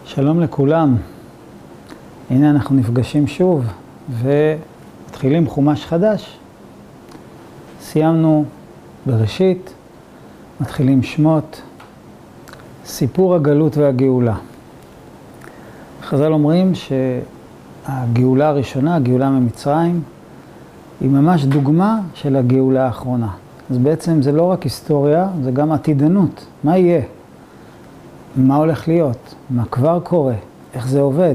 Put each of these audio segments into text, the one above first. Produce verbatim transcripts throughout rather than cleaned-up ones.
שלום לכולם. הנה אנחנו נפגשים שוב ומתחילים חומש חדש. סיימנו בראשית, מתחילים שמות, סיפור הגלות והגאולה. חז"ל אומרים שהגאולה הראשונה, הגאולה ממצרים, היא ממש דוגמה של הגאולה האחרונה. אז בעצם זה לא רק היסטוריה, זה גם עתידנות. מה יהיה? מה הולך להיות? מה כבר קורה? איך זה עובד?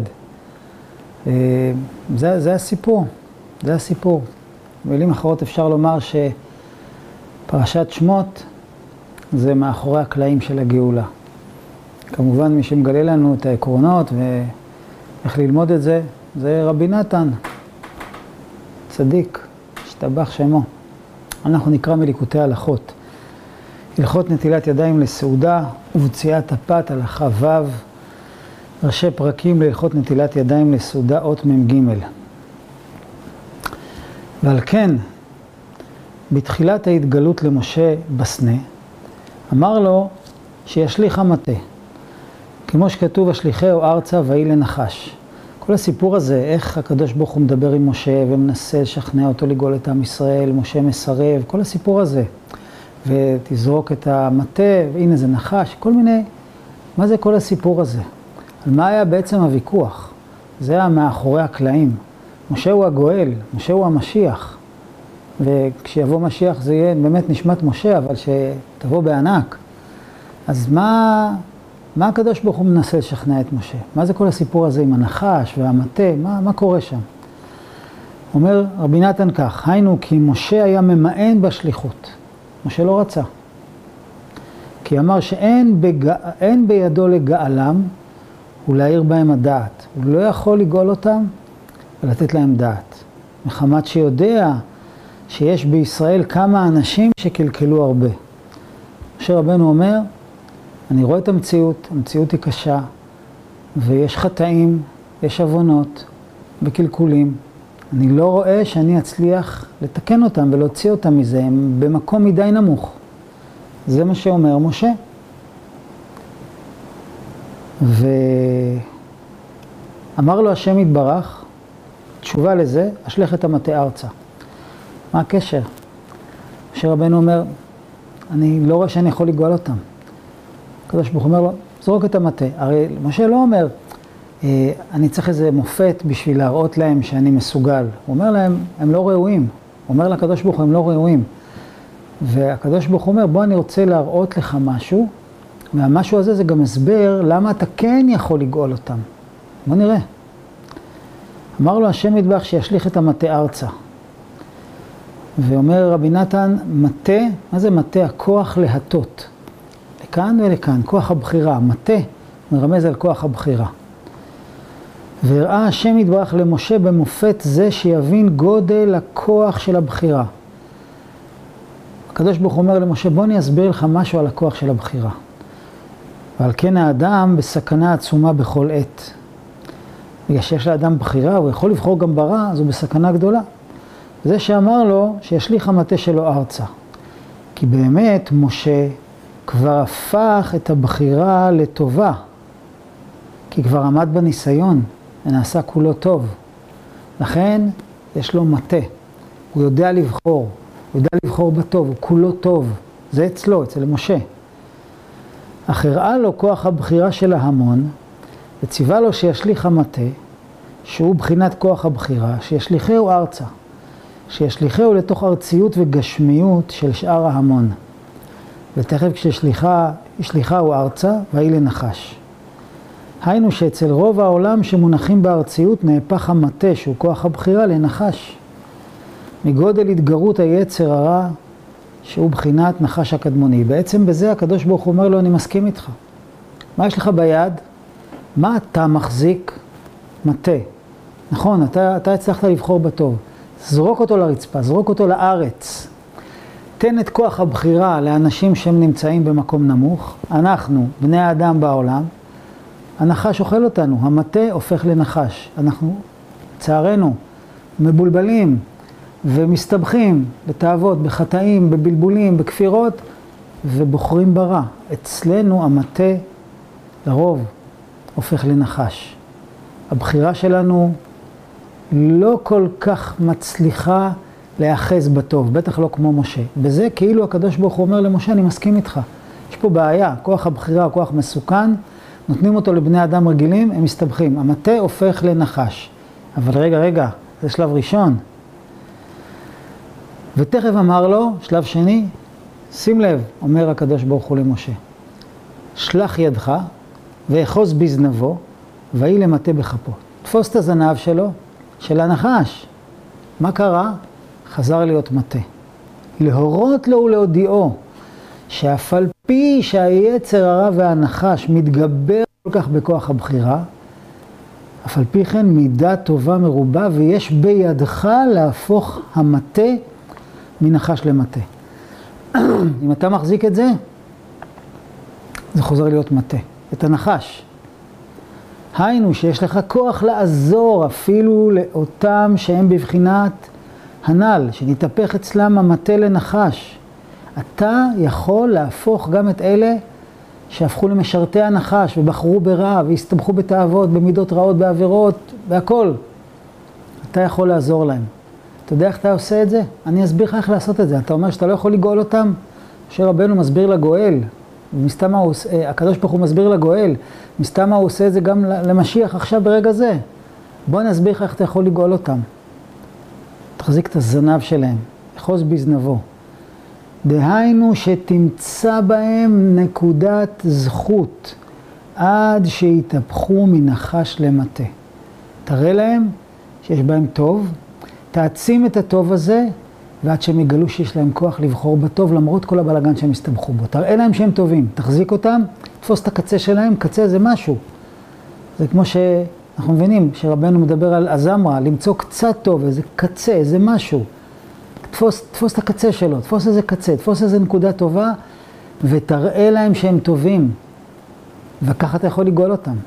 זה, זה הסיפור. זה הסיפור. במילים אחרות אפשר לומר שפרשת שמות זה מאחורי הקלעים של הגאולה. כמובן מי שמגלה לנו את העקרונות ואיך ללמוד את זה, זה רבי נתן, צדיק, השתבח שמו. אנחנו נקרא מליקוטי הלכות. הלכות נטילת ידיים לסעודה ובציעת הפת, הלכה ו', ראשי פרקים להלכות נטילת ידיים לסעודה, אות מ"ג. ועל כן, בתחילת ההתגלות למשה בסנה, אמר לו שישליך המטה, כמו שכתוב השליחהו ארצה ויהי לנחש. כל הסיפור הזה, איך הקדוש ברוך הוא מדבר עם משה ומנסה לשכנע אותו לגאול את עם ישראל, משה מסרב, כל הסיפור הזה. ותזרוק את המטה, והנה זה נחש, כל מיני, מה זה כל הסיפור הזה? על מה היה בעצם הוויכוח? זה היה מאחורי הקלעים. משה הוא הגואל, משה הוא המשיח. וכשיבוא משיח זה יהיה באמת נשמת משה, אבל שתבוא בענק. אז מה, מה הקדוש ברוך הוא מנסה לשכנע את משה? מה זה כל הסיפור הזה עם הנחש והמטה? מה, מה קורה שם? אומר רבי נתן כך, היינו כי משה היה ממאן בשליחות. משה לא רצה. כי אמר שאין בג... אין בידו לגאלם ולהאיר בהם הדעת. הוא לא יכול לגאול אותם ולתת להם דעת. מחמת שיודע שיש בישראל כמה אנשים שקלקלו הרבה. משה רבנו אומר, אני רואה את המציאות, המציאות היא קשה, ויש חטאים, יש עוונות וקלקולים. אני לא רואה שאני אצליח לתקן אותם ולהוציא אותם מזה, הם במקום מדי נמוך. זה מה שאומר משה. ואמר לו השם יתברך, תשובה לזה, אשלח את המטה ארצה. מה הקשר? משה רבנו אומר, אני לא רואה שאני יכול לגאול אותם. הקדוש ברוך הוא אומר לו, זרוק את המטה. הרי משה לא אומר, אני צריך איזה מופת בשביל להראות להם שאני מסוגל. הוא אומר להם, הם לא ראויים. הוא אומר לקדוש ברוך הוא, הם לא ראויים. והקדוש ברוך הוא אומר, בוא אני רוצה להראות לך משהו, והמשהו הזה זה גם הסבר למה אתה כן יכול לגאול אותם. בוא נראה. אמר לו השם יתברך שישליך את המטה ארצה. ואומר רבי נתן, מטה, מה זה מטה? הכוח להטות. לכאן ולכאן, כוח הבחירה. מטה מרמז על כוח הבחירה. והראה השם יתברך למשה במופת זה שיבין גודל הכוח של הבחירה. הקדוש ברוך הוא אומר למשה, בוא אני אסביר לך משהו על הכוח של הבחירה. ועל כן האדם בסכנה עצומה בכל עת. בגלל שיש לאדם בחירה, הוא יכול לבחור גם ברע, אז הוא בסכנה גדולה. זה שאמר לו שישליך המטה שלו ארצה. כי באמת משה כבר הפך את הבחירה לטובה. כי כבר עמד בניסיון. ונעשה כולו טוב. לכן יש לו מטה. הוא יודע לבחור. הוא יודע לבחור בטוב. הוא כולו טוב. זה אצלו, אצל משה. אך הראה לו כוח הבחירה של ההמון, וציווה לו שישליך המטה, שהוא בחינת כוח הבחירה, שישליחהו ארצה. שישליחהו לתוך ארציות וגשמיות של שאר ההמון. ותכף כששליחה, ישליחהו ארצה, ויהי לנחש. היינו שאצל רוב העולם שמונחים בארציות נהפך המטה שהוא כוח הבחירה לנחש. מגודל התגרות היצר הרע שהוא בחינת נחש הקדמוני. בעצם בזה הקדוש ברוך הוא אומר לו, אני מסכים איתך. מה יש לך ביד? מה אתה מחזיק? מטה. נכון, אתה, אתה הצלחת לבחור בטוב. זרוק אותו לרצפה, זרוק אותו לארץ. תן את כוח הבחירה לאנשים שהם נמצאים במקום נמוך. אנחנו, בני האדם בעולם, הנחש אוכל אותנו, המטה הופך לנחש. אנחנו, צערנו, מבולבלים ומסתבכים בתאוות, בחטאים, בבלבולים, בכפירות, ובוחרים ברע. אצלנו המטה לרוב הופך לנחש. הבחירה שלנו לא כל כך מצליחה להיאחז בטוב, בטח לא כמו משה. בזה כאילו הקדוש ברוך הוא אומר למשה, אני מסכים איתך. יש פה בעיה, כוח הבחירה, כוח מסוכן, נותנים אותו לבני אדם רגילים, הם מסתבכים. המטה הופך לנחש. אבל רגע, רגע, זה שלב ראשון. ותכף אמר לו, שלב שני, שים לב, אומר הקדוש ברוך הוא למשה, שלח ידך ואחוז בזנבו, והיא למטה בכפו. תפוס את הזנב שלו, של הנחש. מה קרה? חזר להיות מטה. להורות לו ולהודיעו, שאף על פי שהיצר הרע והנחש מתגבר כל כך בכוח הבחירה, אף על פי כן מידה טובה מרובה, ויש בידך להפוך המטה מנחש למטה. אם אתה מחזיק את זה, זה חוזר להיות מטה. את הנחש. היינו שיש לך כוח לעזור אפילו לאותם שהם בבחינת הנ"ל, שנתהפך אצלם המטה לנחש. אתה יכול להפוך גם את אלה שהפכו למשרתי הנחש ובחרו ברע והסתבכו בתאוות, במידות רעות, בעבירות, בהכל. אתה יכול לעזור להם. אתה יודע איך אתה עושה את זה? אני אסביר לך איך לעשות את זה. אתה אומר שאתה לא יכול לגאול אותם? משה רבנו מסביר לגואל. מסתם מה הוא עושה, הקדוש ברוך הוא מסביר לגואל. מסתם מה הוא עושה את זה גם למשיח עכשיו ברגע זה. בוא נסביר לך איך אתה יכול לגאול אותם. תחזיק את הזנב שלהם. אחוז בזנבו. דהיינו שתמצא בהם נקודת זכות עד שיתהפכו מנחש למטה. תראה להם שיש בהם טוב, תעצים את הטוב הזה, ועד שהם יגלו שיש להם כוח לבחור בטוב, למרות כל הבלגן שהם הסתבכו בו. תראה להם שהם טובים, תחזיק אותם, תפוס את הקצה שלהם, קצה זה משהו. זה כמו שאנחנו מבינים, שרבנו מדבר על הזמרה, למצוא קצת טוב, איזה קצה, איזה משהו. תפוס, תפוס את הקצה שלו, תפוס איזה קצה, תפוס איזה נקודה טובה, ותראה להם שהם טובים. וככה אתה יכול לגאול אותם.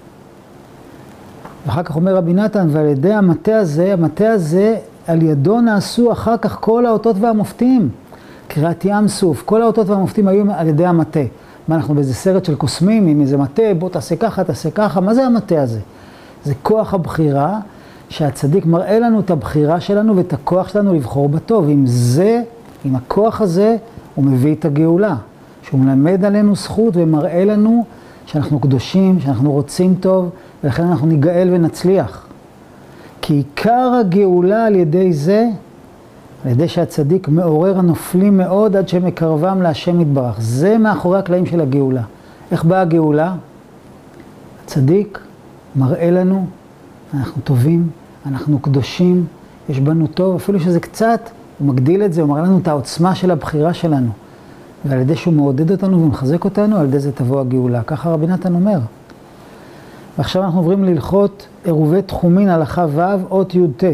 ואחר כך אומר רבי נתן, ועל ידי המטה הזה, המטה הזה, על ידו נעשו אחר כך כל האותות והמופתים. קריאת ים סוף, כל האותות והמופתים היו על ידי המטה. מה, אנחנו באיזה סרט של קוסמים, עם איזה מטה, בוא תעשה ככה, תעשה ככה, מה זה המטה הזה? זה כוח הבחירה, שהצדיק מראה לנו את הבחירה שלנו ואת הכוח שלנו לבחור בטוב. עם זה, עם הכוח הזה, הוא מביא את הגאולה. שהוא מלמד עלינו זכות ומראה לנו שאנחנו קדושים, שאנחנו רוצים טוב, ולכן אנחנו ניגאל ונצליח. כי עיקר הגאולה על ידי זה, על ידי שהצדיק מעורר הנופלים מאוד עד שמקרבם להשם יתברך. זה מאחורי הקלעים של הגאולה. איך באה הגאולה? הצדיק מראה לנו, אנחנו טובים, אנחנו קדושים, יש בנו טוב, אפילו שזה קצת, הוא מגדיל את זה, הוא מראה לנו את העוצמה של הבחירה שלנו. ועל ידי שהוא מעודד אותנו ומחזק אותנו, על ידי זה תבוא הגאולה. ככה רבי נתן אומר. ועכשיו אנחנו עוברים ללכות עירובי תחומין הלכה ו' אות י' ט'.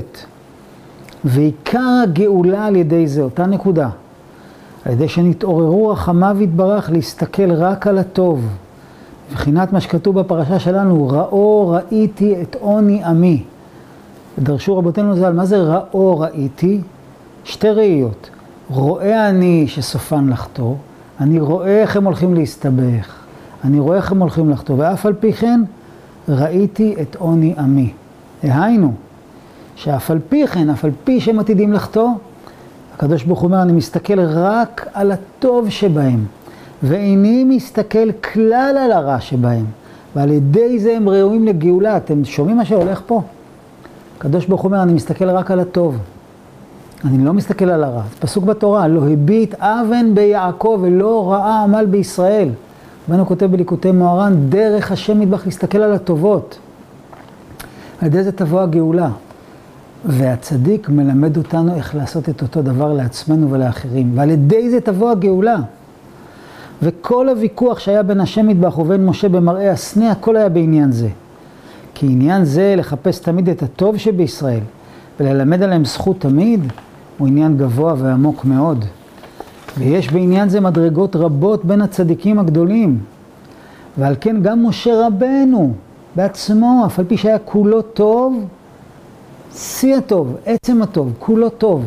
ועיקר הגאולה על ידי זה, אותה נקודה. על ידי שנתעוררו רחמיו יתברך להסתכל רק על הטוב. מבחינת מה שכתוב בפרשה שלנו, ראו ראיתי את עוני עמי. ודרשו רבותינו ז"ל, מה זה ראו ראיתי? שתי ראיות. רואה אני שסופן לחטוא, אני רואה איך הם הולכים להסתבך, אני רואה איך הם הולכים לחטוא, ואף על פי כן ראיתי את עוני עמי. היינו, שאף על פי כן, אף על פי שהם עתידים לחטוא, הקדוש ברוך הוא אומר, אני מסתכל רק על הטוב שבהם, ואיני מסתכל כלל על הרע שבהם, ועל ידי זה הם ראויים לגאולה. אתם שומעים מה שהולך פה? הקדוש ברוך הוא אומר, אני מסתכל רק על הטוב. אני לא מסתכל על הרע. זה פסוק בתורה, לא הביט אבן ביעקב ולא ראה עמל בישראל. רבנו כותב בליקוטי מוהר"ן, דרך השם יתברך להסתכל על הטובות. על ידי זה תבוא הגאולה. והצדיק מלמד אותנו איך לעשות את אותו דבר לעצמנו ולאחרים. ועל ידי זה תבוא הגאולה. וכל הוויכוח שהיה בין השם יתברך ובין משה במראה הסנה, הכל היה בעניין זה. כי עניין זה לחפש תמיד את הטוב שבישראל, וללמד עליהם זכות תמיד, הוא עניין גבוה ועמוק מאוד. ויש בעניין זה מדרגות רבות בין הצדיקים הגדולים. ועל כן גם משה רבנו בעצמו, אף על פי שהיה כולו טוב, שיא הטוב, עצם הטוב, כולו טוב.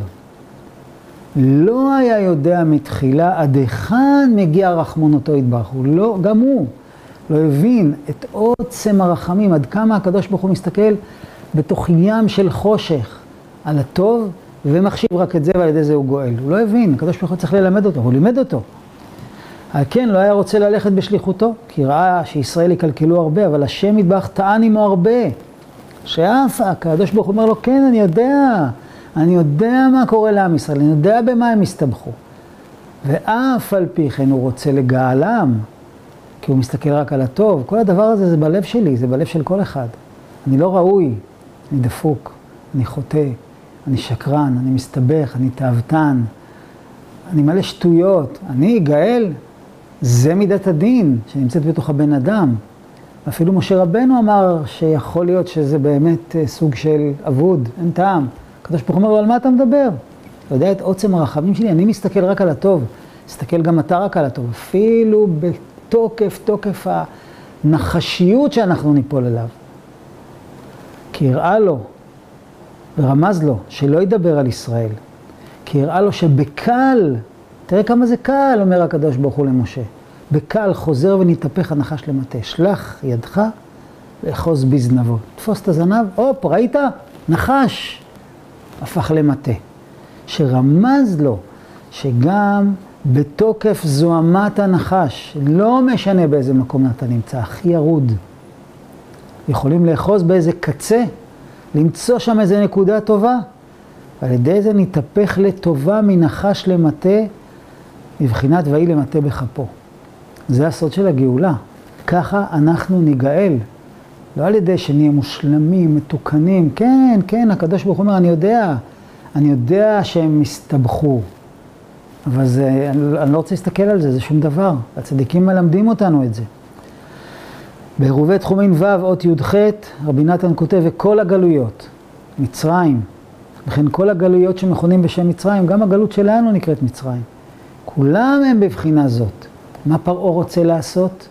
לא היה יודע מתחילה עד היכן מגיע רחמונותו יתברך. הוא לא, גם הוא לא הבין את עוצם הרחמים, עד כמה הקדוש ברוך הוא מסתכל בתוך ים של חושך על הטוב, ומחשיב רק את זה ועל ידי זה הוא גואל. הוא לא הבין, הקדוש ברוך הוא צריך ללמד אותו, הוא לימד אותו. על כן לא היה רוצה ללכת בשליחותו, כי ראה שישראל יקלקלו הרבה, אבל השם יתברך טען עמו הרבה. שאף הקדוש ברוך הוא אומר לו, כן, אני יודע, אני יודע מה קורה לעם ישראל, אני יודע במה הם הסתבכו. ואף על פי כן הוא רוצה לגאלם, כי הוא מסתכל רק על הטוב. כל הדבר הזה זה בלב שלי, זה בלב של כל אחד. אני לא ראוי, אני דפוק, אני חוטא, אני שקרן, אני מסתבך, אני תאוותן, אני מלא שטויות, אני גאל. זה מידת הדין שנמצאת בתוך הבן אדם. אפילו משה רבנו אמר שיכול להיות שזה באמת סוג של אבוד, אין טעם. הקדוש ברוך הוא אומר לו, על מה אתה מדבר? אתה יודע את עוצם הרחמים שלי, אני מסתכל רק על הטוב, מסתכל גם אתה רק על הטוב, אפילו בתוקף, תוקף הנחשיות שאנחנו ניפול אליו. כי הראה לו ורמז לו שלא ידבר על ישראל, כי הראה לו שבקל, תראה כמה זה קל, אומר הקדוש ברוך הוא למשה, בקל חוזר ונתהפך הנחש למטה, שלח ידך לאחוז בזנבו. תפוס את הזנב, הופ, ראית? נחש הפך למטה. שרמז לו שגם בתוקף זוהמת הנחש, לא משנה באיזה מקום אתה נמצא, הכי ירוד, יכולים לאחוז באיזה קצה, למצוא שם איזה נקודה טובה, ועל ידי זה נתהפך לטובה מנחש למטה, מבחינת ואי למטה בכפו. זה הסוד של הגאולה. ככה אנחנו ניגאל. לא על ידי שנהיה מושלמים, מתוקנים. כן, כן, הקדוש ברוך הוא אומר, אני יודע, אני יודע שהם מסתבכו. אבל זה, אני, אני לא רוצה להסתכל על זה, זה שום דבר. הצדיקים מלמדים אותנו את זה. בעירובי תחומין ו' אות י"ח, רבי נתן כותב, וכל הגלויות, מצרים, וכן כל הגלויות שמכונים בשם מצרים, גם הגלות שלנו נקראת מצרים. כולם הם בבחינה זאת. מה פרעה רוצה לעשות?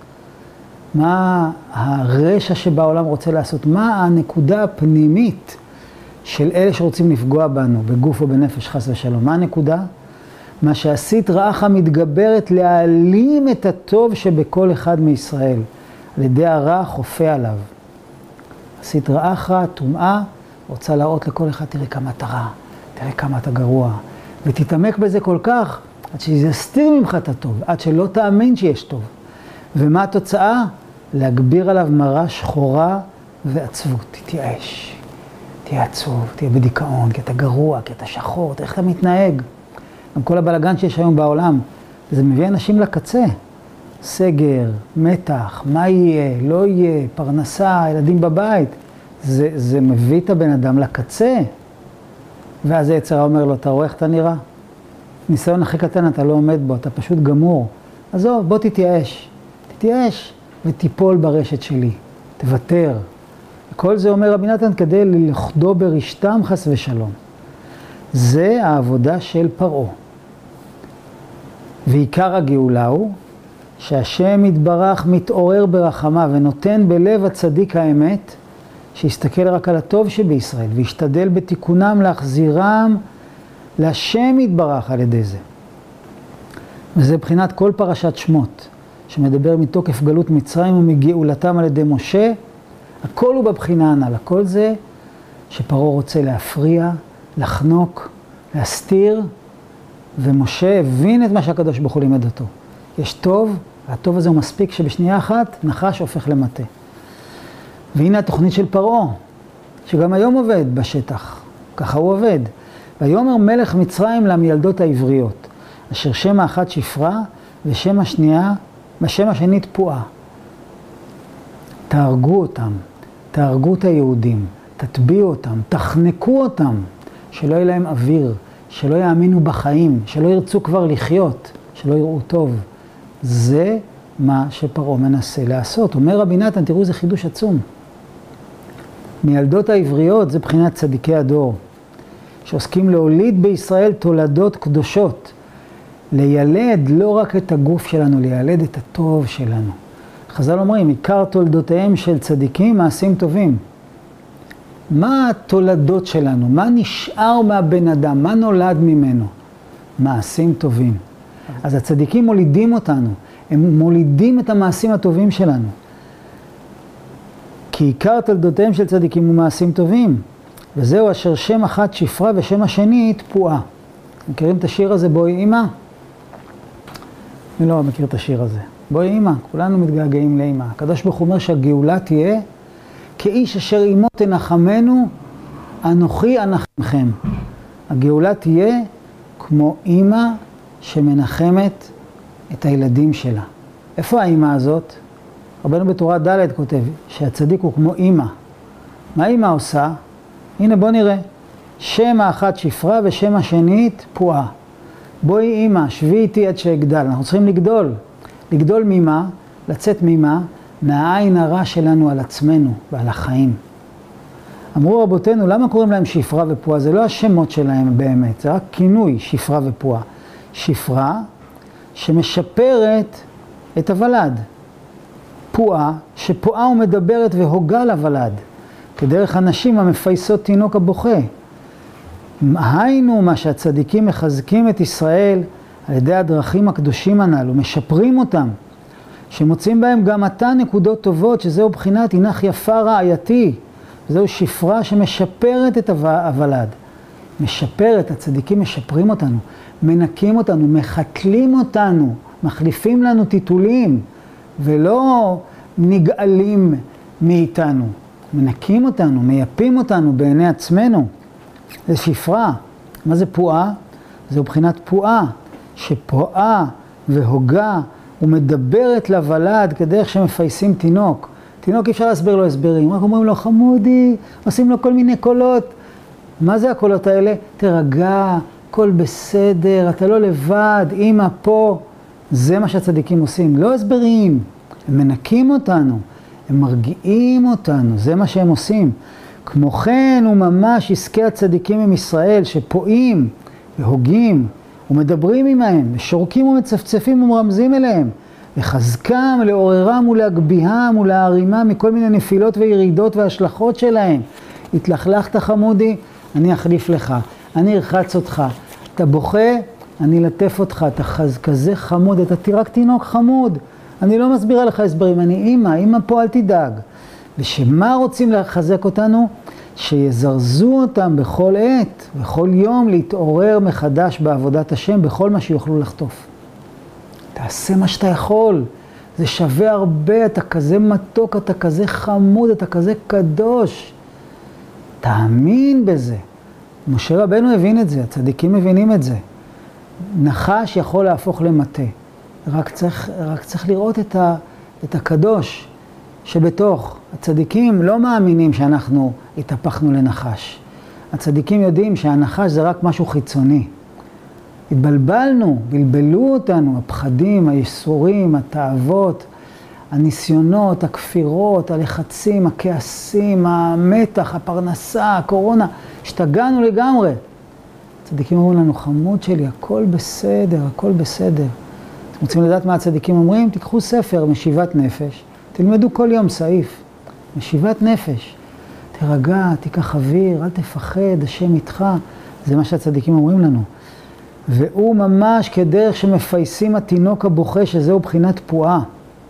מה הרשע שבעולם רוצה לעשות? מה הנקודה הפנימית של אלה שרוצים לפגוע בנו, בגוף או בנפש, חס ושלום? מה הנקודה? מה שעשית רעך מתגברת להעלים את הטוב שבכל אחד מישראל, על ידי הרע חופה עליו. עשית רעך, טומאה, רוצה להראות לכל אחד, תראה כמה אתה רע, תראה כמה אתה גרוע, ותתעמק בזה כל כך, עד שזה יסתיר ממך את הטוב, עד שלא תאמין שיש טוב. ומה התוצאה? להגביר עליו מראה שחורה ועצבות. תתייאש, תהיה עצוב, תהיה בדיכאון, כי אתה גרוע, כי אתה שחור, איך אתה מתנהג. גם כל הבלגן שיש היום בעולם, זה מביא אנשים לקצה. סגר, מתח, מה יהיה, לא יהיה, פרנסה, ילדים בבית. זה, זה מביא את הבן אדם לקצה. ואז היצרה אומר לו, אתה רואה איך אתה נראה? ניסיון הכי קטן אתה לא עומד בו, אתה פשוט גמור. עזוב, בוא תתייאש. תתייאש ותיפול ברשת שלי. תוותר. כל זה אומר רבי נתן כדי ללכדו ברשתם חס ושלום. זה העבודה של פרעה. ועיקר הגאולה הוא שהשם יתברך מתעורר ברחמה ונותן בלב הצדיק האמת שיסתכל רק על הטוב שבישראל וישתדל בתיקונם להחזירם להשם יתברך על ידי זה. וזה בחינת כל פרשת שמות שמדבר מתוקף גלות מצרים ומגאולתם על ידי משה. הכל הוא בבחינה הנ"ל, הכל זה שפרעה רוצה להפריע, לחנוק, להסתיר, ומשה הבין את מה שהקדוש ברוך הוא לימד אותו. יש טוב, והטוב הזה הוא מספיק שבשנייה אחת נחש הופך למטה. והנה התוכנית של פרעה, שגם היום עובד בשטח, ככה הוא עובד. ויאמר מלך מצרים למילדות העבריות, אשר שם האחת שפרה ושם השנייה, בשם השני תפועה. תהרגו אותם, תהרגו את היהודים, תטביעו אותם, תחנקו אותם, שלא יהיה להם אוויר, שלא יאמינו בחיים, שלא ירצו כבר לחיות, שלא יראו טוב. זה מה שפרעה מנסה לעשות. אומר רבי נתן, תראו איזה חידוש עצום. מילדות העבריות זה בחינת צדיקי הדור, שעוסקים להוליד בישראל תולדות קדושות, לילד לא רק את הגוף שלנו, לילד את הטוב שלנו. חז"ל אומרים, עיקר תולדותיהם של צדיקים מעשים טובים. מה התולדות שלנו? מה נשאר מהבן אדם? מה נולד ממנו? מעשים טובים. אז הצדיקים מולידים אותנו, הם מולידים את המעשים הטובים שלנו. כי עיקר תולדותיהם של צדיקים ומעשים טובים, וזהו אשר שם אחת שפרה ושם השני תפועה. מכירים את השיר הזה, בואי אמא? אני לא מכיר את השיר הזה. בואי אמא, כולנו מתגעגעים לאמא. הקדוש ברוך הוא אומר שהגאולה תהיה כאיש אשר אמו תנחמנו, אנוכי אנחמכם. הגאולה תהיה כמו אמא שמנחמת את הילדים שלה. איפה האמא הזאת? רבנו בתורה ד' כותב שהצדיק הוא כמו אמא. מה אמא עושה? הנה בוא נראה. שם האחת שפרה ושם השני תפועה. בואי אמא, שבי איתי עד שאגדל. אנחנו צריכים לגדול. לגדול ממה? לצאת ממה? מהעין הרע שלנו על עצמנו ועל החיים. אמרו רבותינו, למה קוראים להם שפרה ופועה? זה לא השמות שלהם באמת, זה רק כינוי שפרה ופועה. שפרה שמשפרת את הוולד. פועה שפועה ומדברת והוגה לוולד. כדרך הנשים המפייסות תינוק הבוכה. היינו מה שהצדיקים מחזקים את ישראל על ידי הדרכים הקדושים הנ"ל ומשפרים אותם. שמוצאים בהם גם עתה נקודות טובות, שזהו בחינת הינך יפה רעייתי. זהו שפרה שמשפרת את הוולד. משפרת, הצדיקים משפרים אותנו, מנקים אותנו, מחתלים אותנו, מחליפים לנו טיטולים, ולא נגאלים מאיתנו. מנקים אותנו, מייפים אותנו בעיני עצמנו. זה שפרה. מה זה פועה? זהו בחינת פועה, שפועה והוגה ומדברת לוולד כדרך שמפייסים תינוק. תינוק אי אפשר להסביר לו הסברים, רק אומרים לו חמודי, עושים לו כל מיני קולות. מה זה הקולות האלה? תרגע, הכל בסדר, אתה לא לבד, אמא פה. זה מה שהצדיקים עושים, לא הסברים. הם מנקים אותנו, הם מרגיעים אותנו, זה מה שהם עושים. כמו כן הוא ממש עסקי הצדיקים עם ישראל שפועים והוגים ומדברים עמהם ושורקים ומצפצפים ומרמזים אליהם. לחזקם, לעוררם ולהגביהם ולהרימם מכל מיני נפילות וירידות והשלכות שלהם. התלכלכת חמודי, אני אחליף לך, אני ארחץ אותך. אתה בוכה, אני אלטף אותך, אתה חז, כזה חמוד, אתה רק תינוק חמוד. אני לא מסבירה לך הסברים, אני אמא, אמא פה אל תדאג. ושמה רוצים לחזק אותנו? שיזרזו אותם בכל עת, בכל יום להתעורר מחדש בעבודת השם, בכל מה שיוכלו לחטוף. תעשה מה שאתה יכול, זה שווה הרבה, אתה כזה מתוק, אתה כזה חמוד, אתה כזה קדוש. תאמין בזה. משה רבנו הבין את זה, הצדיקים מבינים את זה. נחש יכול להפוך למטה. רק צריך, רק צריך לראות את, ה, את הקדוש שבתוך. הצדיקים לא מאמינים שאנחנו התהפכנו לנחש. הצדיקים יודעים שהנחש זה רק משהו חיצוני. התבלבלנו, בלבלו אותנו, הפחדים, היסורים, התאוות, הניסיונות, הכפירות, הלחצים, הכעסים, המתח, הפרנסה, הקורונה, השתגענו לגמרי. הצדיקים אומרים לנו, חמוד שלי, הכל בסדר, הכל בסדר. אתם רוצים לדעת מה הצדיקים אומרים? תיקחו ספר, משיבת נפש, תלמדו כל יום סעיף, משיבת נפש. תרגע, תיקח אוויר, אל תפחד, השם איתך. זה מה שהצדיקים אומרים לנו. והוא ממש כדרך שמפייסים התינוק הבוכה, שזהו בחינת פועה.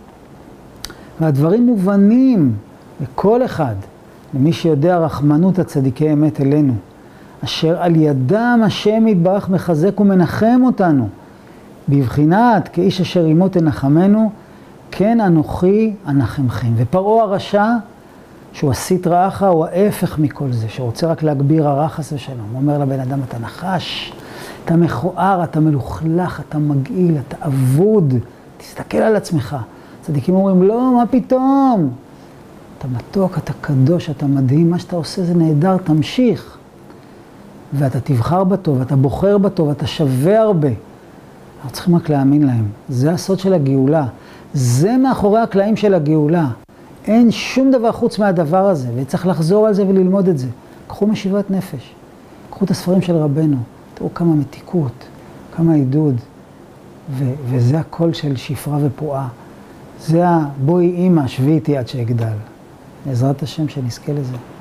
והדברים מובנים לכל אחד, למי שיודע רחמנות הצדיקי אמת אלינו, אשר על ידם השם יתברך מחזק ומנחם אותנו, בבחינת כאיש אשר עמו תנחמנו, כן אנוכי אנחמכם. ופרעה הרשע, שהוא הסטרא אחרא, הוא ההפך מכל זה, שרוצה רק להגביר הרע חס ושלום. הוא אומר לבן אדם, אתה נחש, אתה מכוער, אתה מלוכלך, אתה מגעיל, אתה אבוד, תסתכל על עצמך. צדיקים אומרים, לא, מה פתאום? אתה מתוק, אתה קדוש, אתה מדהים, מה שאתה עושה זה נהדר, תמשיך. ואתה תבחר בטוב, אתה בוחר בטוב, אתה שווה הרבה. אנחנו צריכים רק להאמין להם. זה הסוד של הגאולה. זה מאחורי הקלעים של הגאולה. אין שום דבר חוץ מהדבר הזה, וצריך לחזור על זה וללמוד את זה. קחו משיבת נפש, קחו את הספרים של רבנו, תראו כמה מתיקות, כמה עידוד, ו- וזה הקול של שפרה ופועה. זה הבואי אמא, שבי איתי עד שאגדל. בעזרת השם שנזכה לזה.